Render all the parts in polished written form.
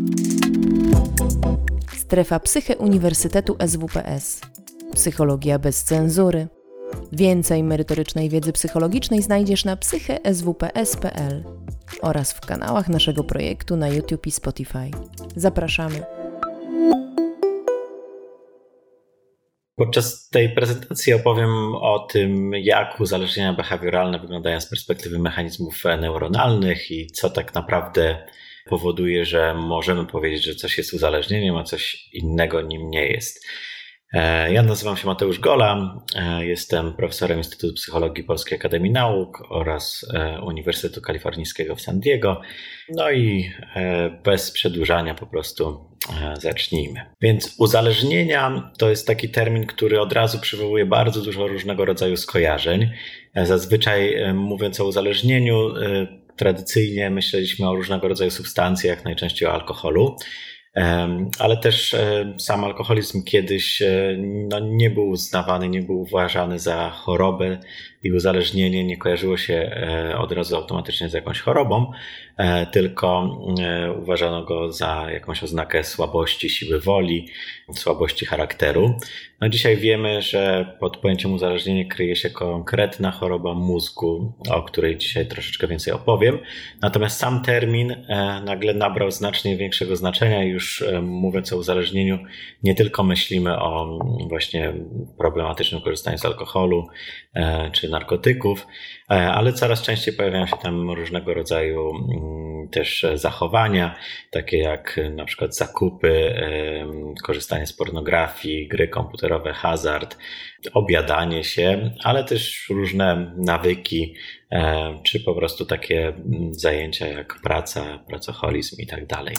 Strefa Psyche Uniwersytetu SWPS. Psychologia bez cenzury. Więcej merytorycznej wiedzy psychologicznej znajdziesz na psycheswps.pl oraz w kanałach naszego projektu na YouTube i Spotify. Zapraszamy. Podczas tej prezentacji opowiem o tym, jak uzależnienia behawioralne wyglądają z perspektywy mechanizmów neuronalnych i co tak naprawdę powoduje, że możemy powiedzieć, że coś jest uzależnieniem, a coś innego nim nie jest. Ja nazywam się Mateusz Gola, jestem profesorem Instytutu Psychologii Polskiej Akademii Nauk oraz Uniwersytetu Kalifornijskiego w San Diego. No i bez przedłużania po prostu zacznijmy. Więc uzależnienia to jest taki termin, który od razu przywołuje bardzo dużo różnego rodzaju skojarzeń. Zazwyczaj mówiąc o uzależnieniu, tradycyjnie myśleliśmy o różnego rodzaju substancjach, najczęściej o alkoholu. Ale też sam alkoholizm kiedyś nie był uznawany, nie był uważany za chorobę i uzależnienie nie kojarzyło się od razu automatycznie z jakąś chorobą, tylko uważano go za jakąś oznakę słabości siły woli, słabości charakteru. No dzisiaj wiemy, że pod pojęciem uzależnienie kryje się konkretna choroba mózgu, o której dzisiaj troszeczkę więcej opowiem. Natomiast sam termin nagle nabrał znacznie większego znaczenia i już mówiąc o uzależnieniu, nie tylko myślimy o właśnie problematycznym korzystaniu z alkoholu czy narkotyków, ale coraz częściej pojawiają się tam różnego rodzaju też zachowania, takie jak na przykład zakupy, korzystanie z pornografii, gry komputerowe, hazard, obiadanie się, ale też różne nawyki, czy po prostu takie zajęcia jak praca, pracoholizm i tak dalej.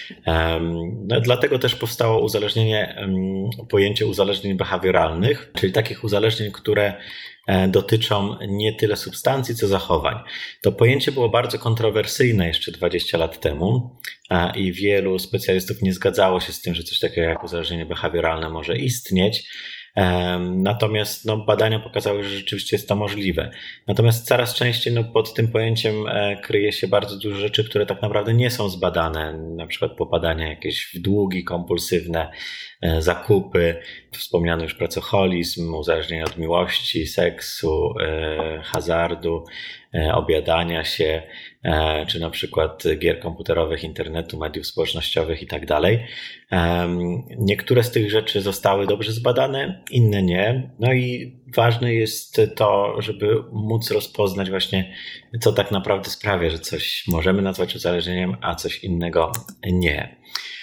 No, dlatego też powstało pojęcie uzależnień behawioralnych, czyli takich uzależnień, które dotyczą nie tyle substancji, co zachowań. To pojęcie było bardzo kontrowersyjne jeszcze 20 lat temu i wielu specjalistów nie zgadzało się z tym, że coś takiego jak uzależnienie behawioralne może istnieć. Natomiast badania pokazały, że rzeczywiście jest to możliwe. Natomiast coraz częściej pod tym pojęciem kryje się bardzo dużo rzeczy, które tak naprawdę nie są zbadane. Na przykład popadania jakieś w długi kompulsywne, zakupy, wspomniany już pracoholizm, uzależnienie od miłości, seksu, hazardu, obiadania się, czy na przykład gier komputerowych, internetu, mediów społecznościowych i tak dalej. Niektóre z tych rzeczy zostały dobrze zbadane, inne nie. No i ważne jest to, żeby móc rozpoznać właśnie, co tak naprawdę sprawia, że coś możemy nazwać uzależnieniem, a coś innego nie.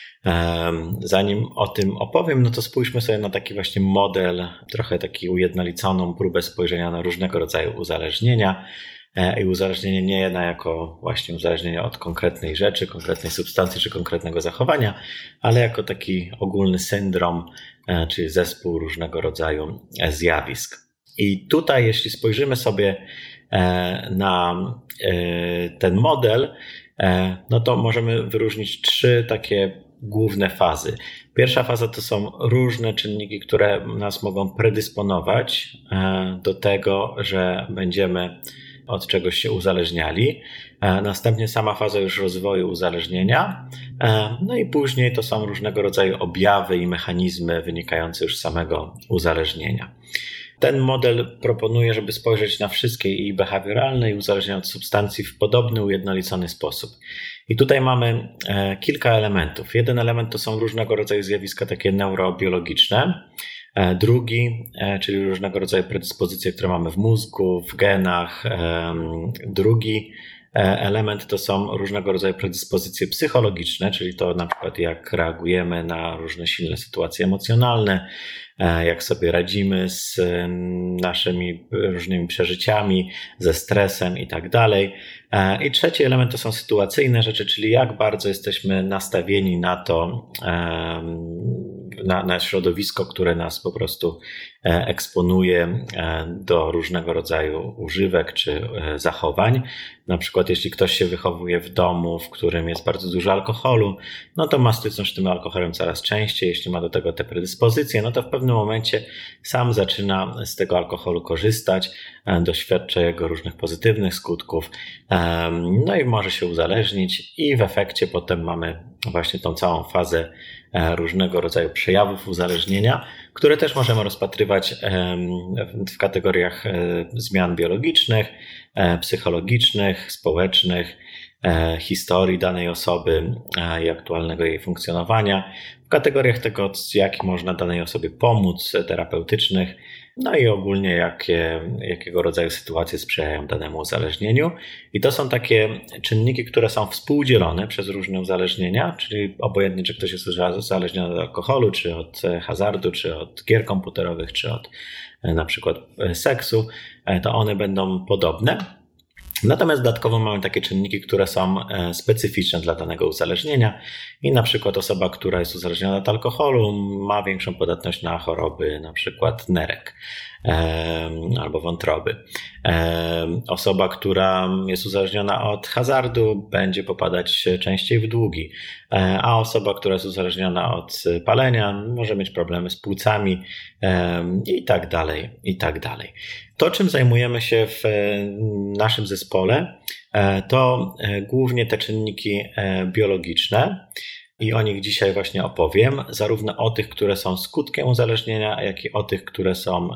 Zanim o tym opowiem, to spójrzmy sobie na taki właśnie model, trochę taki ujednoliconą próbę spojrzenia na różnego rodzaju uzależnienia i uzależnienie nie jako właśnie uzależnienie od konkretnej rzeczy, konkretnej substancji czy konkretnego zachowania, ale jako taki ogólny syndrom, czyli zespół różnego rodzaju zjawisk. I tutaj, jeśli spojrzymy sobie na ten model, to możemy wyróżnić 3 takie główne fazy. Pierwsza faza to są różne czynniki, które nas mogą predysponować do tego, że będziemy od czegoś się uzależniali. Następnie sama faza już rozwoju uzależnienia. No i później to są różnego rodzaju objawy i mechanizmy wynikające już z samego uzależnienia. Ten model proponuje, żeby spojrzeć na wszystkie i behawioralne, i uzależnienia od substancji w podobny, ujednolicony sposób. I tutaj mamy kilka elementów. Jeden element to są różnego rodzaju zjawiska takie neurobiologiczne. Drugi, czyli różnego rodzaju predyspozycje, które mamy w mózgu, w genach. Drugi element to są różnego rodzaju predyspozycje psychologiczne, czyli to na przykład jak reagujemy na różne silne sytuacje emocjonalne, jak sobie radzimy z naszymi różnymi przeżyciami, ze stresem i tak dalej. I trzeci element to są sytuacyjne rzeczy, czyli jak bardzo jesteśmy nastawieni na to, na środowisko, które nas po prostu eksponuje do różnego rodzaju używek czy zachowań. Na przykład jeśli ktoś się wychowuje w domu, w którym jest bardzo dużo alkoholu, no to ma styczność z tym alkoholem coraz częściej. Jeśli ma do tego te predyspozycje, no to w pewnym momencie sam zaczyna z tego alkoholu korzystać, doświadcza jego różnych pozytywnych skutków, no i może się uzależnić i w efekcie potem mamy właśnie tą całą fazę różnego rodzaju przejawów uzależnienia, które też możemy rozpatrywać w kategoriach zmian biologicznych, psychologicznych, społecznych, historii danej osoby i aktualnego jej funkcjonowania, w kategoriach tego, jak można danej osobie pomóc, terapeutycznych, no i ogólnie jakiego rodzaju sytuacje sprzyjają danemu uzależnieniu. I to są takie czynniki, które są współdzielone przez różne uzależnienia, czyli obojętnie czy ktoś jest uzależniony od alkoholu, czy od hazardu, czy od gier komputerowych, czy od na przykład seksu, to one będą podobne. Natomiast dodatkowo mamy takie czynniki, które są specyficzne dla danego uzależnienia i na przykład osoba, która jest uzależniona od alkoholu, ma większą podatność na choroby, na przykład nerek albo wątroby. Osoba, która jest uzależniona od hazardu, będzie popadać częściej w długi, a osoba, która jest uzależniona od palenia, może mieć problemy z płucami i tak dalej, i tak dalej. To, czym zajmujemy się w naszym zespole, to głównie te czynniki biologiczne i o nich dzisiaj właśnie opowiem, zarówno o tych, które są skutkiem uzależnienia, jak i o tych, które są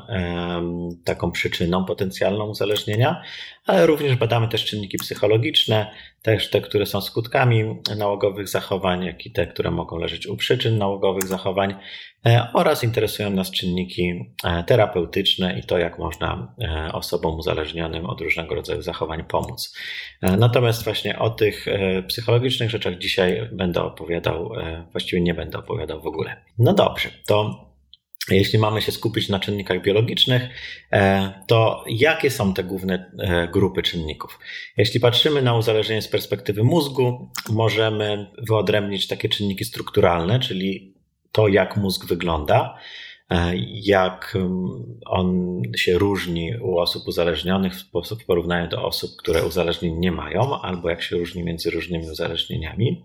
taką przyczyną potencjalną uzależnienia, ale również badamy też czynniki psychologiczne, też te, które są skutkami nałogowych zachowań, jak i te, które mogą leżeć u przyczyn nałogowych zachowań oraz interesują nas czynniki terapeutyczne i to, jak można osobom uzależnionym od różnego rodzaju zachowań pomóc. Natomiast właśnie o tych psychologicznych rzeczach dzisiaj będę opowiadał, właściwie nie będę opowiadał w ogóle. No dobrze, to jeśli mamy się skupić na czynnikach biologicznych, to jakie są te główne grupy czynników? Jeśli patrzymy na uzależnienie z perspektywy mózgu, możemy wyodrębnić takie czynniki strukturalne, czyli to, jak mózg wygląda, jak on się różni u osób uzależnionych w porównaniu do osób, które uzależnień nie mają, albo jak się różni między różnymi uzależnieniami.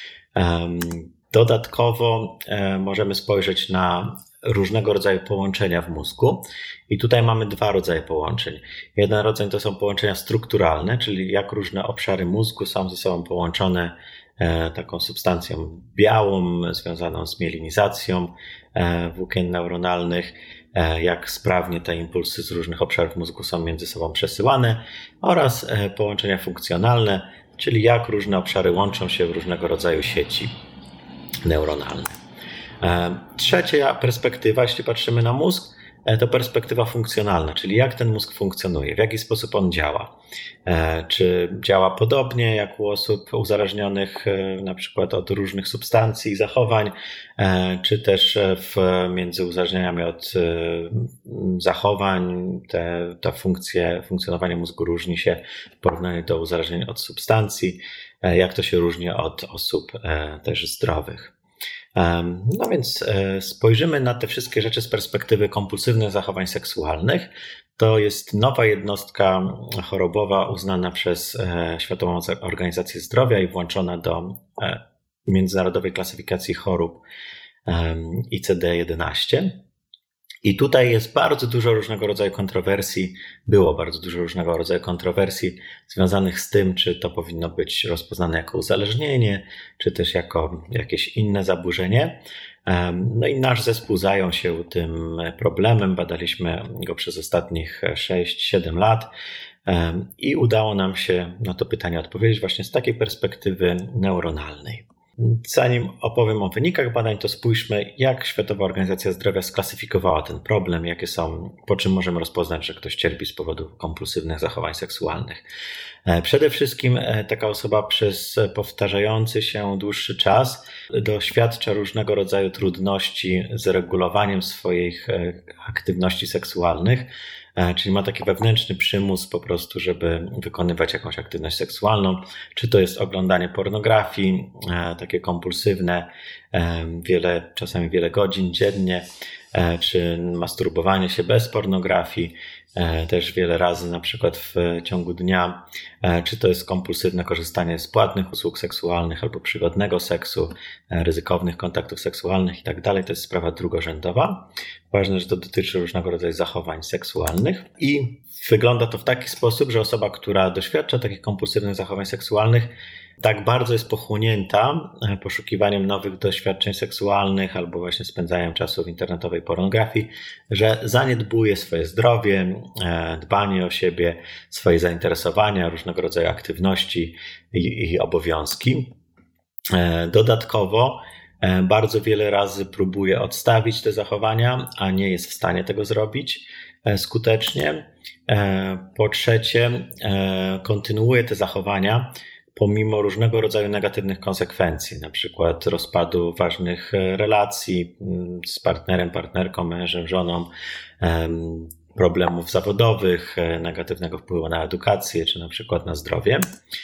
Dodatkowo możemy spojrzeć na różnego rodzaju połączenia w mózgu i tutaj mamy dwa rodzaje połączeń. Jeden rodzaj to są połączenia strukturalne, czyli jak różne obszary mózgu są ze sobą połączone taką substancją białą związaną z mielinizacją włókien neuronalnych, jak sprawnie te impulsy z różnych obszarów mózgu są między sobą przesyłane, oraz połączenia funkcjonalne, czyli jak różne obszary łączą się w różnego rodzaju sieci neuronalne. Trzecia perspektywa, jeśli patrzymy na mózg, to perspektywa funkcjonalna, czyli jak ten mózg funkcjonuje, w jaki sposób on działa. Czy działa podobnie jak u osób uzależnionych na przykład od różnych substancji i zachowań, czy też między uzależnieniami od zachowań funkcjonowanie mózgu różni się w porównaniu do uzależnień od substancji, jak to się różni od osób też zdrowych. No więc spojrzymy na te wszystkie rzeczy z perspektywy kompulsywnych zachowań seksualnych. To jest nowa jednostka chorobowa uznana przez Światową Organizację Zdrowia i włączona do Międzynarodowej Klasyfikacji Chorób ICD-11. I tutaj jest bardzo dużo różnego rodzaju kontrowersji, było bardzo dużo różnego rodzaju kontrowersji związanych z tym, czy to powinno być rozpoznane jako uzależnienie, czy też jako jakieś inne zaburzenie. No i nasz zespół zajął się tym problemem, badaliśmy go przez ostatnich 6-7 lat i udało nam się na to pytanie odpowiedzieć właśnie z takiej perspektywy neuronalnej. Zanim opowiem o wynikach badań, to spójrzmy, jak Światowa Organizacja Zdrowia sklasyfikowała ten problem, po czym możemy rozpoznać, że ktoś cierpi z powodu kompulsywnych zachowań seksualnych. Przede wszystkim taka osoba przez powtarzający się dłuższy czas doświadcza różnego rodzaju trudności z regulowaniem swoich aktywności seksualnych, czyli ma taki wewnętrzny przymus po prostu, żeby wykonywać jakąś aktywność seksualną, czy to jest oglądanie pornografii, takie kompulsywne, czasami wiele godzin dziennie, czy masturbowanie się bez pornografii, też wiele razy, na przykład w ciągu dnia, czy to jest kompulsywne korzystanie z płatnych usług seksualnych albo przygodnego seksu, ryzykownych kontaktów seksualnych i tak dalej, to jest sprawa drugorzędowa. Ważne, że to dotyczy różnego rodzaju zachowań seksualnych i wygląda to w taki sposób, że osoba, która doświadcza takich kompulsywnych zachowań seksualnych, tak bardzo jest pochłonięta poszukiwaniem nowych doświadczeń seksualnych albo właśnie spędzaniem czasu w internetowej pornografii, że zaniedbuje swoje zdrowie, dbanie o siebie, swoje zainteresowania, różnego rodzaju aktywności i obowiązki. Dodatkowo bardzo wiele razy próbuje odstawić te zachowania, a nie jest w stanie tego zrobić skutecznie. Po trzecie, kontynuuje te zachowania pomimo różnego rodzaju negatywnych konsekwencji, na przykład rozpadu ważnych relacji z partnerem, partnerką, mężem, żoną, problemów zawodowych, negatywnego wpływu na edukację czy na przykład na zdrowie.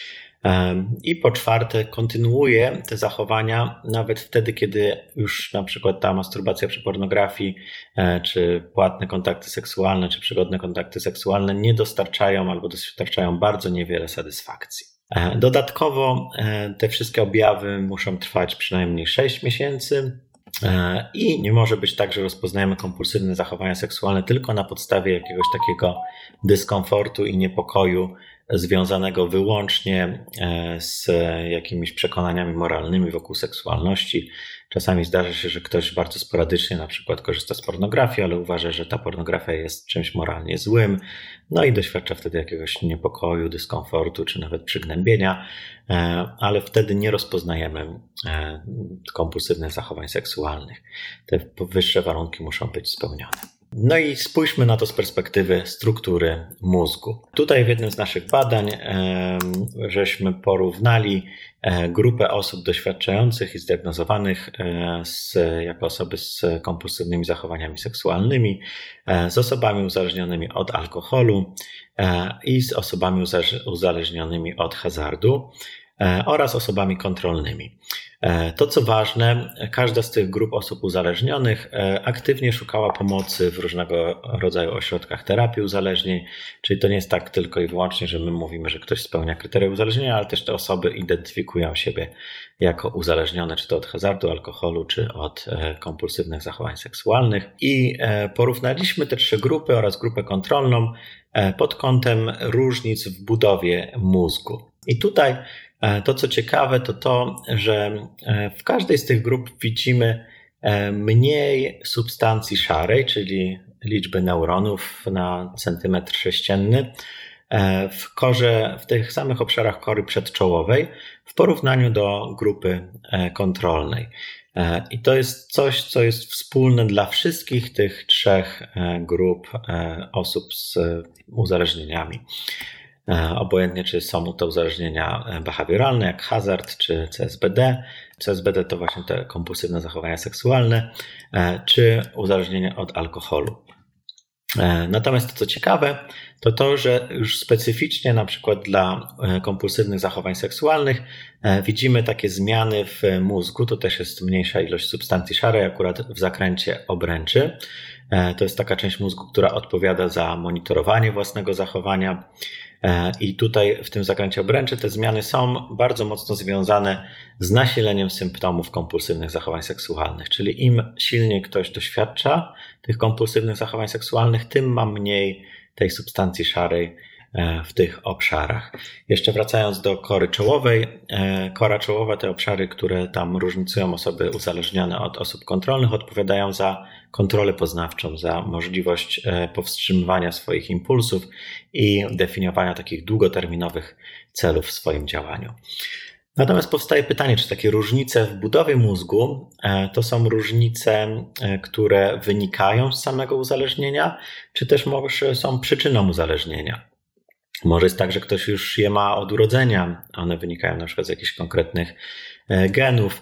I po czwarte, kontynuuje te zachowania nawet wtedy, kiedy już na przykład ta masturbacja przy pornografii, czy płatne kontakty seksualne, czy przygodne kontakty seksualne nie dostarczają albo dostarczają bardzo niewiele satysfakcji. Dodatkowo te wszystkie objawy muszą trwać przynajmniej 6 miesięcy i nie może być tak, że rozpoznajemy kompulsywne zachowania seksualne tylko na podstawie jakiegoś takiego dyskomfortu i niepokoju związanego wyłącznie z jakimiś przekonaniami moralnymi wokół seksualności. Czasami zdarza się, że ktoś bardzo sporadycznie na przykład korzysta z pornografii, ale uważa, że ta pornografia jest czymś moralnie złym, no i doświadcza wtedy jakiegoś niepokoju, dyskomfortu czy nawet przygnębienia, ale wtedy nie rozpoznajemy kompulsywnych zachowań seksualnych. Te wyższe warunki muszą być spełnione. No i spójrzmy na to z perspektywy struktury mózgu. Tutaj w jednym z naszych badań żeśmy porównali grupę osób doświadczających i zdiagnozowanych jako osoby z kompulsywnymi zachowaniami seksualnymi z osobami uzależnionymi od alkoholu i z osobami uzależnionymi od hazardu oraz osobami kontrolnymi. To co ważne, każda z tych grup osób uzależnionych aktywnie szukała pomocy w różnego rodzaju ośrodkach terapii uzależnień, czyli to nie jest tak tylko i wyłącznie, że my mówimy, że ktoś spełnia kryteria uzależnienia, ale też te osoby identyfikują siebie jako uzależnione, czy to od hazardu, alkoholu, czy od kompulsywnych zachowań seksualnych. I porównaliśmy te 3 grupy oraz grupę kontrolną pod kątem różnic w budowie mózgu. I tutaj to, co ciekawe, to to, że w każdej z tych grup widzimy mniej substancji szarej, czyli liczby neuronów na centymetr sześcienny w tych samych obszarach kory przedczołowej w porównaniu do grupy kontrolnej. I to jest coś, co jest wspólne dla wszystkich tych 3 grup osób z uzależnieniami. Obojętnie, czy są to uzależnienia behawioralne, jak hazard, czy CSBD. CSBD to właśnie te kompulsywne zachowania seksualne, czy uzależnienie od alkoholu. Natomiast to, co ciekawe, to to, że już specyficznie na przykład dla kompulsywnych zachowań seksualnych widzimy takie zmiany w mózgu. To też jest mniejsza ilość substancji szarej, akurat w zakręcie obręczy. To jest taka część mózgu, która odpowiada za monitorowanie własnego zachowania. I tutaj w tym zakręcie obręczy te zmiany są bardzo mocno związane z nasileniem symptomów kompulsywnych zachowań seksualnych. Czyli im silniej ktoś doświadcza tych kompulsywnych zachowań seksualnych, tym ma mniej tej substancji szarej w tych obszarach. Jeszcze wracając do kory czołowej. Kora czołowa, te obszary, które tam różnicują osoby uzależnione od osób kontrolnych, odpowiadają za kontrolę poznawczą, za możliwość powstrzymywania swoich impulsów i definiowania takich długoterminowych celów w swoim działaniu. Natomiast powstaje pytanie, czy takie różnice w budowie mózgu to są różnice, które wynikają z samego uzależnienia, czy też może są przyczyną uzależnienia. Może jest tak, że ktoś już je ma od urodzenia, one wynikają na przykład z jakichś konkretnych genów,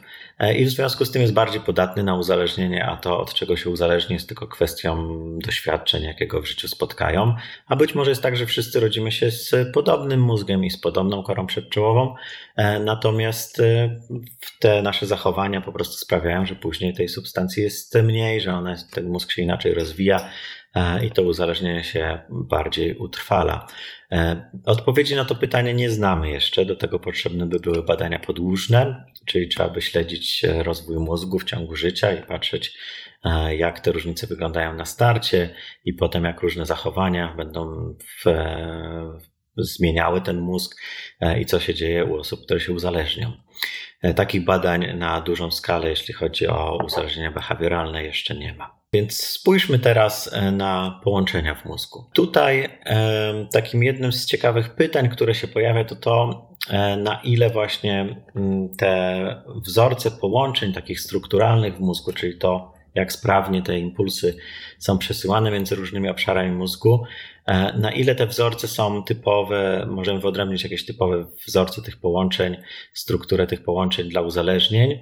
i w związku z tym jest bardziej podatny na uzależnienie, a to, od czego się uzależni, jest tylko kwestią doświadczeń, jakiego w życiu spotkają. A być może jest tak, że wszyscy rodzimy się z podobnym mózgiem i z podobną korą przedczołową, natomiast te nasze zachowania po prostu sprawiają, że później tej substancji jest mniej, że ten mózg się inaczej rozwija i to uzależnienie się bardziej utrwala. Odpowiedzi na to pytanie nie znamy jeszcze, do tego potrzebne by były badania podłużne, czyli trzeba by śledzić rozwój mózgu w ciągu życia i patrzeć, jak te różnice wyglądają na starcie i potem jak różne zachowania będą zmieniały ten mózg i co się dzieje u osób, które się uzależnią. Takich badań na dużą skalę, jeśli chodzi o uzależnienia behawioralne, jeszcze nie ma. Więc spójrzmy teraz na połączenia w mózgu. Tutaj takim jednym z ciekawych pytań, które się pojawia, to na ile właśnie te wzorce połączeń takich strukturalnych w mózgu, czyli to, jak sprawnie te impulsy są przesyłane między różnymi obszarami mózgu, na ile te wzorce są typowe, możemy wyodrębnić jakieś typowe wzorce tych połączeń, strukturę tych połączeń dla uzależnień,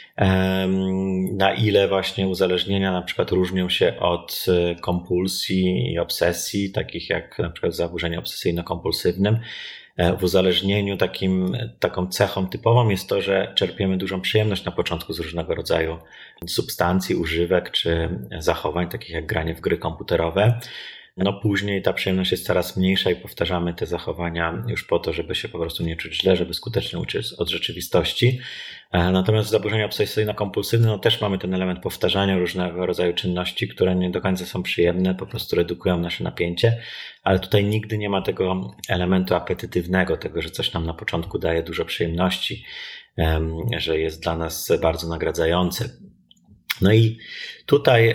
na ile właśnie uzależnienia na przykład różnią się od kompulsji i obsesji, takich jak na przykład zaburzenie obsesyjno-kompulsywnym. W uzależnieniu taką cechą typową jest to, że czerpiemy dużą przyjemność na początku z różnego rodzaju substancji, używek czy zachowań, takich jak granie w gry komputerowe. Później ta przyjemność jest coraz mniejsza i powtarzamy te zachowania już po to, żeby się po prostu nie czuć źle, żeby skutecznie uciec od rzeczywistości. Natomiast w zaburzeniu obsesyjno-kompulsywnym też mamy ten element powtarzania różnego rodzaju czynności, które nie do końca są przyjemne, po prostu redukują nasze napięcie, ale tutaj nigdy nie ma tego elementu apetytywnego, tego, że coś nam na początku daje dużo przyjemności, że jest dla nas bardzo nagradzające. No i tutaj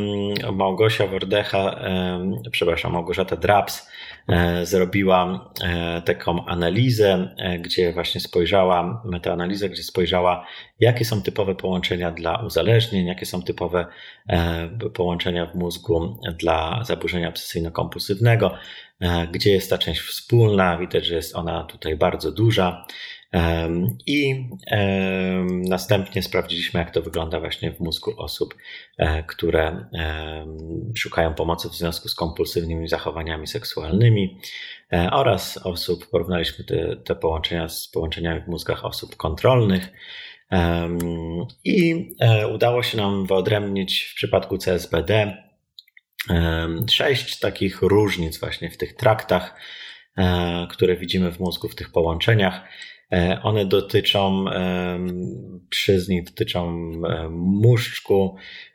Małgorzata Draps zrobiła taką analizę, gdzie właśnie metaanalizę, gdzie spojrzała, jakie są typowe połączenia dla uzależnień, jakie są typowe połączenia w mózgu dla zaburzenia obsesyjno-kompulsywnego, gdzie jest ta część wspólna, widać, że jest ona tutaj bardzo duża. I następnie sprawdziliśmy, jak to wygląda właśnie w mózgu osób, które szukają pomocy w związku z kompulsywnymi zachowaniami seksualnymi oraz porównaliśmy te połączenia z połączeniami w mózgach osób kontrolnych i udało się nam wyodrębnić w przypadku CSBD 6 takich różnic właśnie w tych traktach, które widzimy w mózgu, w tych połączeniach. One dotyczą, 3 z nich dotyczą muszczku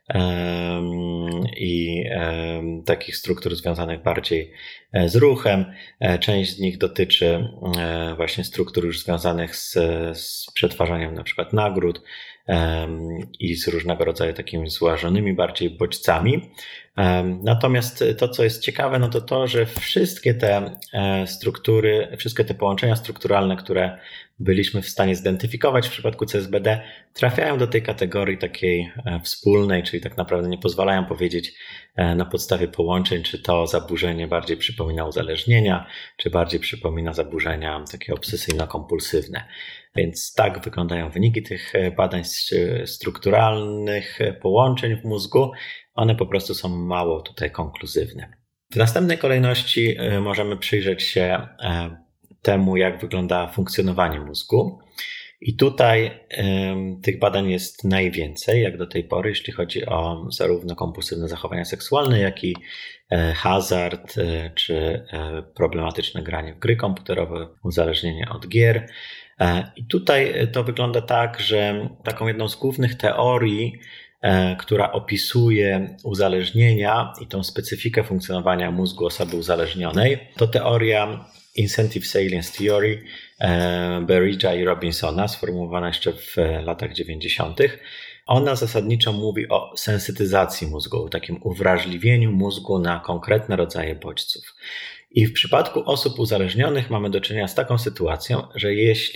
i takich struktur związanych bardziej z ruchem. Część z nich dotyczy właśnie struktur już związanych z przetwarzaniem na przykład nagród i z różnego rodzaju takimi złożonymi bardziej bodźcami. Natomiast to, co jest ciekawe, to, że wszystkie te struktury, wszystkie te połączenia strukturalne, które byliśmy w stanie zidentyfikować w przypadku CSBD, trafiają do tej kategorii takiej wspólnej, czyli tak naprawdę nie pozwalają powiedzieć na podstawie połączeń, czy to zaburzenie bardziej przypomina uzależnienia, czy bardziej przypomina zaburzenia takie obsesyjno-kompulsywne. Więc tak wyglądają wyniki tych badań strukturalnych połączeń w mózgu. One po prostu są mało tutaj konkluzywne. W następnej kolejności możemy przyjrzeć się temu, jak wygląda funkcjonowanie mózgu. I tutaj tych badań jest najwięcej, jak do tej pory, jeśli chodzi o zarówno kompulsywne zachowania seksualne, jak i hazard, czy problematyczne granie w gry komputerowe, uzależnienie od gier. I tutaj to wygląda tak, że taką jedną z głównych teorii, która opisuje uzależnienia i tą specyfikę funkcjonowania mózgu osoby uzależnionej, to teoria Incentive Salience Theory Berridge'a i Robinsona, sformułowana jeszcze w latach 90. Ona zasadniczo mówi o sensytyzacji mózgu, takim uwrażliwieniu mózgu na konkretne rodzaje bodźców. I w przypadku osób uzależnionych mamy do czynienia z taką sytuacją, że jeśli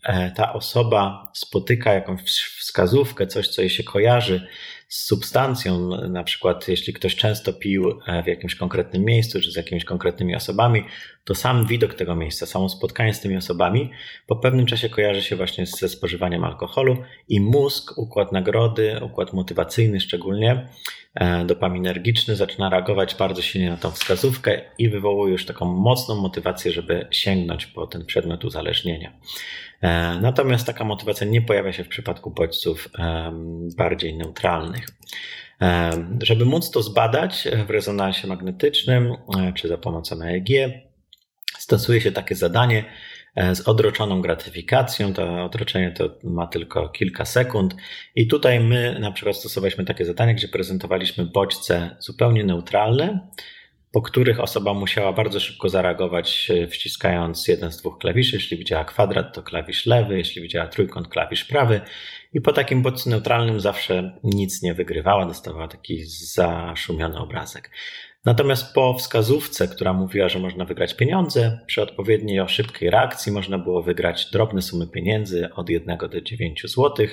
ta osoba spotyka jakąś wskazówkę, coś, co jej się kojarzy z substancją, na przykład jeśli ktoś często pił w jakimś konkretnym miejscu, czy z jakimiś konkretnymi osobami, to sam widok tego miejsca, samo spotkanie z tymi osobami po pewnym czasie kojarzy się właśnie ze spożywaniem alkoholu i mózg, układ nagrody, układ motywacyjny szczególnie, dopaminergiczny zaczyna reagować bardzo silnie na tą wskazówkę i wywołuje już taką mocną motywację, żeby sięgnąć po ten przedmiot uzależnienia. Natomiast taka motywacja nie pojawia się w przypadku bodźców bardziej neutralnych. Żeby móc to zbadać w rezonansie magnetycznym czy za pomocą EEG, stosuje się takie zadanie z odroczoną gratyfikacją. To odroczenie to ma tylko kilka sekund i tutaj my na przykład stosowaliśmy takie zadanie, gdzie prezentowaliśmy bodźce zupełnie neutralne, po których osoba musiała bardzo szybko zareagować, wciskając jeden z dwóch klawiszy. Jeśli widziała kwadrat, to klawisz lewy, jeśli widziała trójkąt, klawisz prawy. I po takim bodźcu neutralnym zawsze nic nie wygrywała, dostawała taki zaszumiony obrazek. Natomiast po wskazówce, która mówiła, że można wygrać pieniądze, przy odpowiedniej szybkiej reakcji można było wygrać drobne sumy pieniędzy od 1 do 9 zł,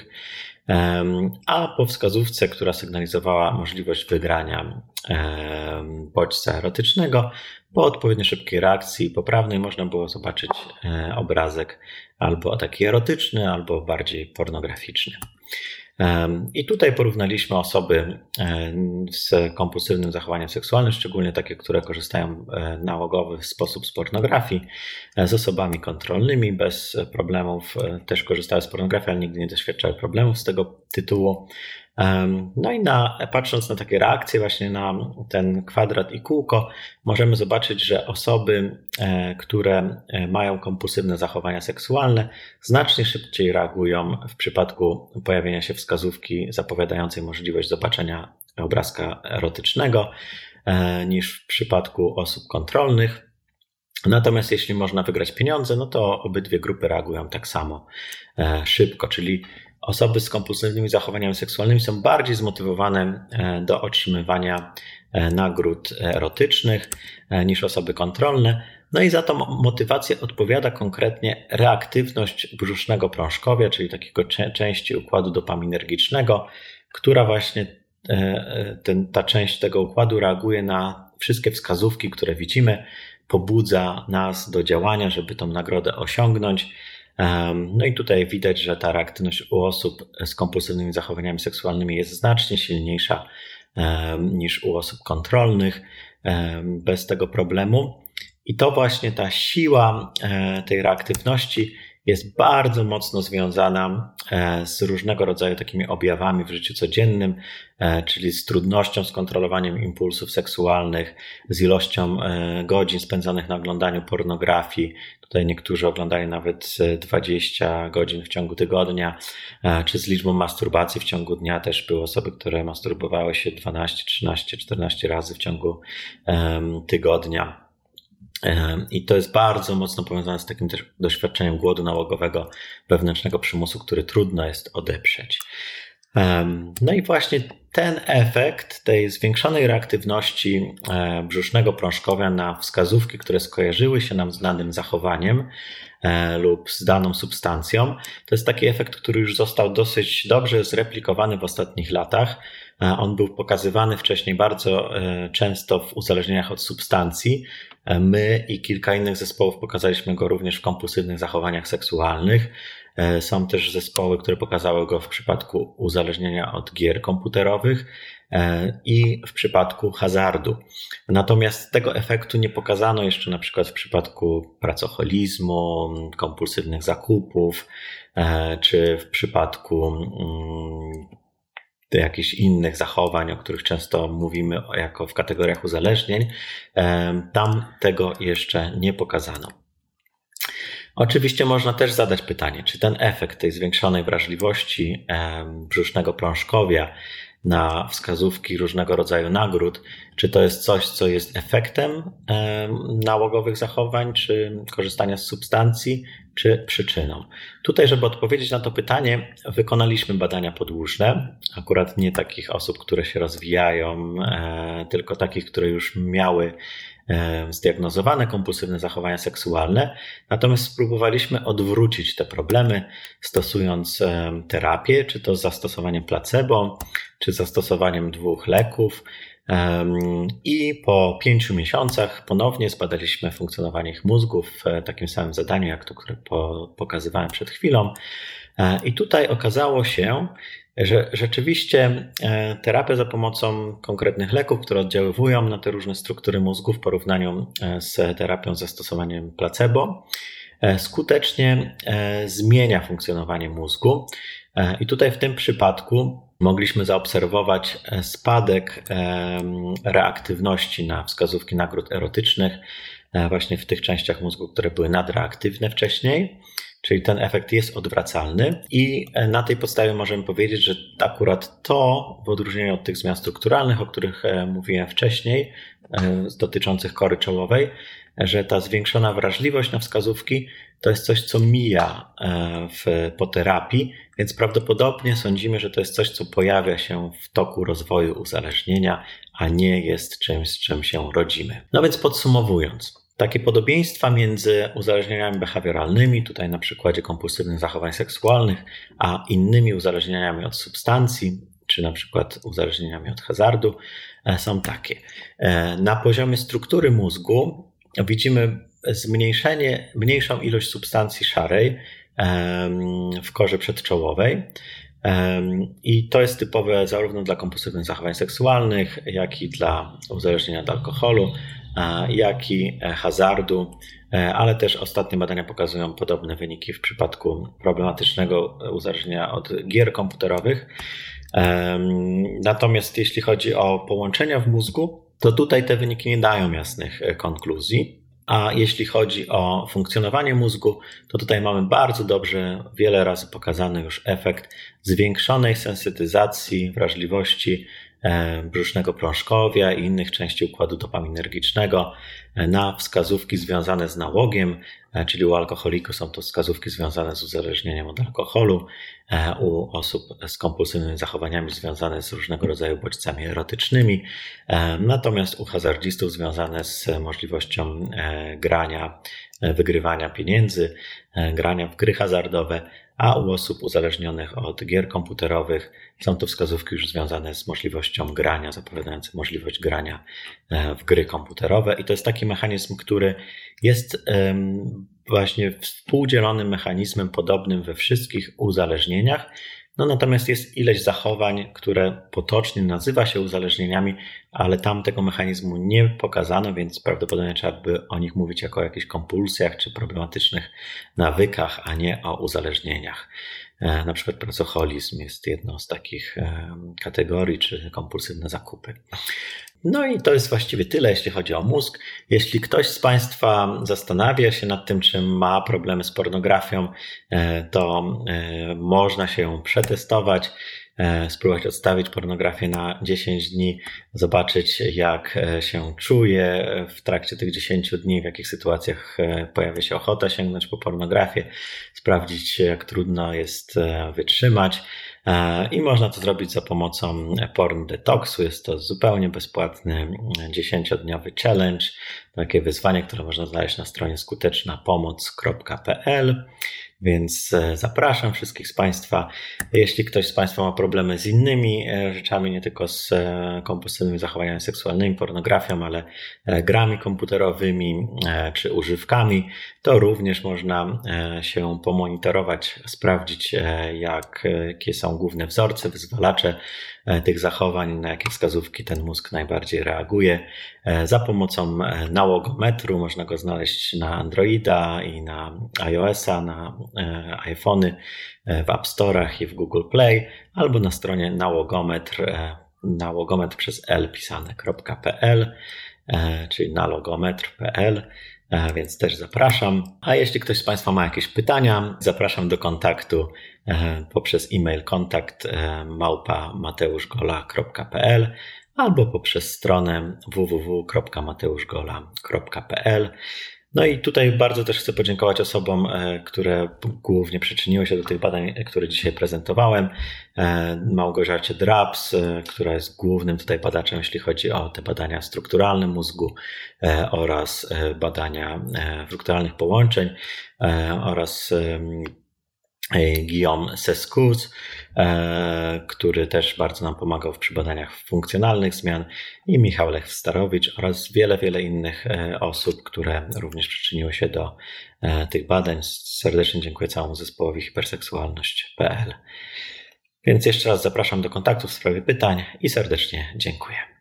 a po wskazówce, która sygnalizowała możliwość wygrania bodźca erotycznego, po odpowiednio szybkiej reakcji poprawnej można było zobaczyć obrazek albo taki erotyczny, albo bardziej pornograficzny. I tutaj porównaliśmy osoby z kompulsywnym zachowaniem seksualnym, szczególnie takie, które korzystają nałogowy w sposób z pornografii, z osobami kontrolnymi, bez problemów, też korzystały z pornografii, ale nigdy nie doświadczały problemów z tego tytułu. No i patrząc na takie reakcje właśnie na ten kwadrat i kółko, możemy zobaczyć, że osoby, które mają kompulsywne zachowania seksualne, znacznie szybciej reagują w przypadku pojawienia się wskazówki zapowiadającej możliwość zobaczenia obrazka erotycznego niż w przypadku osób kontrolnych. Natomiast jeśli można wygrać pieniądze, no to obydwie grupy reagują tak samo szybko, czyli osoby z kompulsywnymi zachowaniami seksualnymi są bardziej zmotywowane do otrzymywania nagród erotycznych niż osoby kontrolne. No i za tą motywację odpowiada konkretnie reaktywność brzusznego prążkowia, czyli takiego części układu dopaminergicznego, która właśnie ta część tego układu reaguje na wszystkie wskazówki, które widzimy, pobudza nas do działania, żeby tą nagrodę osiągnąć. No i tutaj widać, że ta reaktywność u osób z kompulsywnymi zachowaniami seksualnymi jest znacznie silniejsza niż u osób kontrolnych, bez tego problemu. I to właśnie ta siła tej reaktywności jest bardzo mocno związana z różnego rodzaju takimi objawami w życiu codziennym, czyli z trudnością z kontrolowaniem impulsów seksualnych, z ilością godzin spędzonych na oglądaniu pornografii. Tutaj niektórzy oglądają nawet 20 godzin w ciągu tygodnia, czy z liczbą masturbacji w ciągu dnia. Też były osoby, które masturbowały się 12, 13, 14 razy w ciągu tygodnia. I to jest bardzo mocno powiązane z takim też doświadczeniem głodu nałogowego, wewnętrznego przymusu, który trudno jest odeprzeć. No i właśnie ten efekt tej zwiększonej reaktywności brzusznego prążkowia na wskazówki, które skojarzyły się nam z danym zachowaniem lub z daną substancją, to jest taki efekt, który już został dosyć dobrze zreplikowany w ostatnich latach. On był pokazywany wcześniej bardzo często w uzależnieniach od substancji. My i kilka innych zespołów pokazaliśmy go również w kompulsywnych zachowaniach seksualnych. Są też zespoły, które pokazały go w przypadku uzależnienia od gier komputerowych i w przypadku hazardu. Natomiast tego efektu nie pokazano jeszcze na przykład w przypadku pracoholizmu, kompulsywnych zakupów, czy w przypadku jakichś innych zachowań, o których często mówimy jako w kategoriach uzależnień. Tam tego jeszcze nie pokazano. Oczywiście można też zadać pytanie, czy ten efekt tej zwiększonej wrażliwości brzusznego prążkowia na wskazówki różnego rodzaju nagród, czy to jest coś, co jest efektem nałogowych zachowań, czy korzystania z substancji, czy przyczyną. Tutaj, żeby odpowiedzieć na to pytanie, wykonaliśmy badania podłużne, akurat nie takich osób, które się rozwijają, tylko takich, które już miały zdiagnozowane kompulsywne zachowania seksualne, natomiast spróbowaliśmy odwrócić te problemy, stosując terapię, czy to z zastosowaniem placebo, czy zastosowaniem 2 leków. I po 5 miesiącach ponownie zbadaliśmy funkcjonowanie ich mózgów w takim samym zadaniu, jak to, które pokazywałem przed chwilą. I tutaj okazało się, że rzeczywiście terapia za pomocą konkretnych leków, które oddziaływują na te różne struktury mózgu w porównaniu z terapią z zastosowaniem placebo, skutecznie zmienia funkcjonowanie mózgu. I tutaj w tym przypadku mogliśmy zaobserwować spadek reaktywności na wskazówki nagród erotycznych właśnie w tych częściach mózgu, które były nadreaktywne wcześniej. Czyli ten efekt jest odwracalny i na tej podstawie możemy powiedzieć, że akurat to, w odróżnieniu od tych zmian strukturalnych, o których mówiłem wcześniej, dotyczących kory czołowej, że ta zwiększona wrażliwość na wskazówki to jest coś, co mija po terapii, więc prawdopodobnie sądzimy, że to jest coś, co pojawia się w toku rozwoju uzależnienia, a nie jest czymś, z czym się rodzimy. No więc podsumowując, takie podobieństwa między uzależnieniami behawioralnymi, tutaj na przykładzie kompulsywnych zachowań seksualnych, a innymi uzależnieniami od substancji, czy na przykład uzależnieniami od hazardu, są takie. Na poziomie struktury mózgu widzimy mniejszą ilość substancji szarej w korze przedczołowej. I to jest typowe zarówno dla kompulsywnych zachowań seksualnych, jak i dla uzależnienia od alkoholu, jak i hazardu, ale też ostatnie badania pokazują podobne wyniki w przypadku problematycznego uzależnienia od gier komputerowych. Natomiast jeśli chodzi o połączenia w mózgu, to tutaj te wyniki nie dają jasnych konkluzji. A jeśli chodzi o funkcjonowanie mózgu, to tutaj mamy bardzo dobrze, wiele razy pokazany już efekt zwiększonej sensytyzacji, wrażliwości brzusznego prążkowia i innych części układu dopaminergicznego na wskazówki związane z nałogiem, czyli u alkoholików są to wskazówki związane z uzależnieniem od alkoholu, u osób z kompulsywnymi zachowaniami związane z różnego rodzaju bodźcami erotycznymi, natomiast u hazardzistów związane z możliwością grania, wygrywania pieniędzy, grania w gry hazardowe, a u osób uzależnionych od gier komputerowych są to wskazówki już związane z możliwością grania, zapowiadające możliwość grania w gry komputerowe. I to jest taki mechanizm, który jest właśnie współdzielonym mechanizmem podobnym we wszystkich uzależnieniach. No natomiast jest ileś zachowań, które potocznie nazywa się uzależnieniami, ale tam tego mechanizmu nie pokazano, więc prawdopodobnie trzeba by o nich mówić jako o jakichś kompulsjach czy problematycznych nawykach, a nie o uzależnieniach. Na przykład pracoholizm jest jedną z takich kategorii, czy kompulsywne zakupy. No i to jest właściwie tyle, jeśli chodzi o mózg. Jeśli ktoś z Państwa zastanawia się nad tym, czy ma problemy z pornografią, to można się przetestować, spróbować odstawić pornografię na 10 dni, zobaczyć jak się czuje w trakcie tych 10 dni, w jakich sytuacjach pojawia się ochota sięgnąć po pornografię, sprawdzić jak trudno jest wytrzymać. I można to zrobić za pomocą Porn Detoxu. Jest to zupełnie bezpłatny 10-dniowy challenge, takie wyzwanie, które można znaleźć na stronie skutecznapomoc.pl. Więc zapraszam wszystkich z Państwa. Jeśli ktoś z Państwa ma problemy z innymi rzeczami, nie tylko z kompulsywnymi zachowaniami seksualnymi, pornografią, ale grami komputerowymi czy używkami, to również można się pomonitorować, sprawdzić jakie są główne wzorce, wyzwalacze tych zachowań, na jakie wskazówki ten mózg najbardziej reaguje. Za pomocą nałogometru można go znaleźć na Androida i na iOS-a, na iPhony, w App Store'ach i w Google Play, albo na stronie nałogometr przez L pisane.pl, czyli nalogometr.pl. Więc też zapraszam. A jeśli ktoś z Państwa ma jakieś pytania, zapraszam do kontaktu poprzez e-mail kontakt@mateuszgola.pl albo poprzez stronę www.mateuszgola.pl. No i tutaj bardzo też chcę podziękować osobom, które głównie przyczyniły się do tych badań, które dzisiaj prezentowałem. Małgorzacie Drabs, która jest głównym tutaj badaczem, jeśli chodzi o te badania strukturalne mózgu oraz badania strukturalnych połączeń oraz Guillaume Sescuz, który też bardzo nam pomagał przy badaniach funkcjonalnych zmian, i Michał Lech-Starowicz oraz wiele innych osób, które również przyczyniły się do tych badań. Serdecznie dziękuję całemu zespołowi hiperseksualność.pl. Więc jeszcze raz zapraszam do kontaktu w sprawie pytań i serdecznie dziękuję.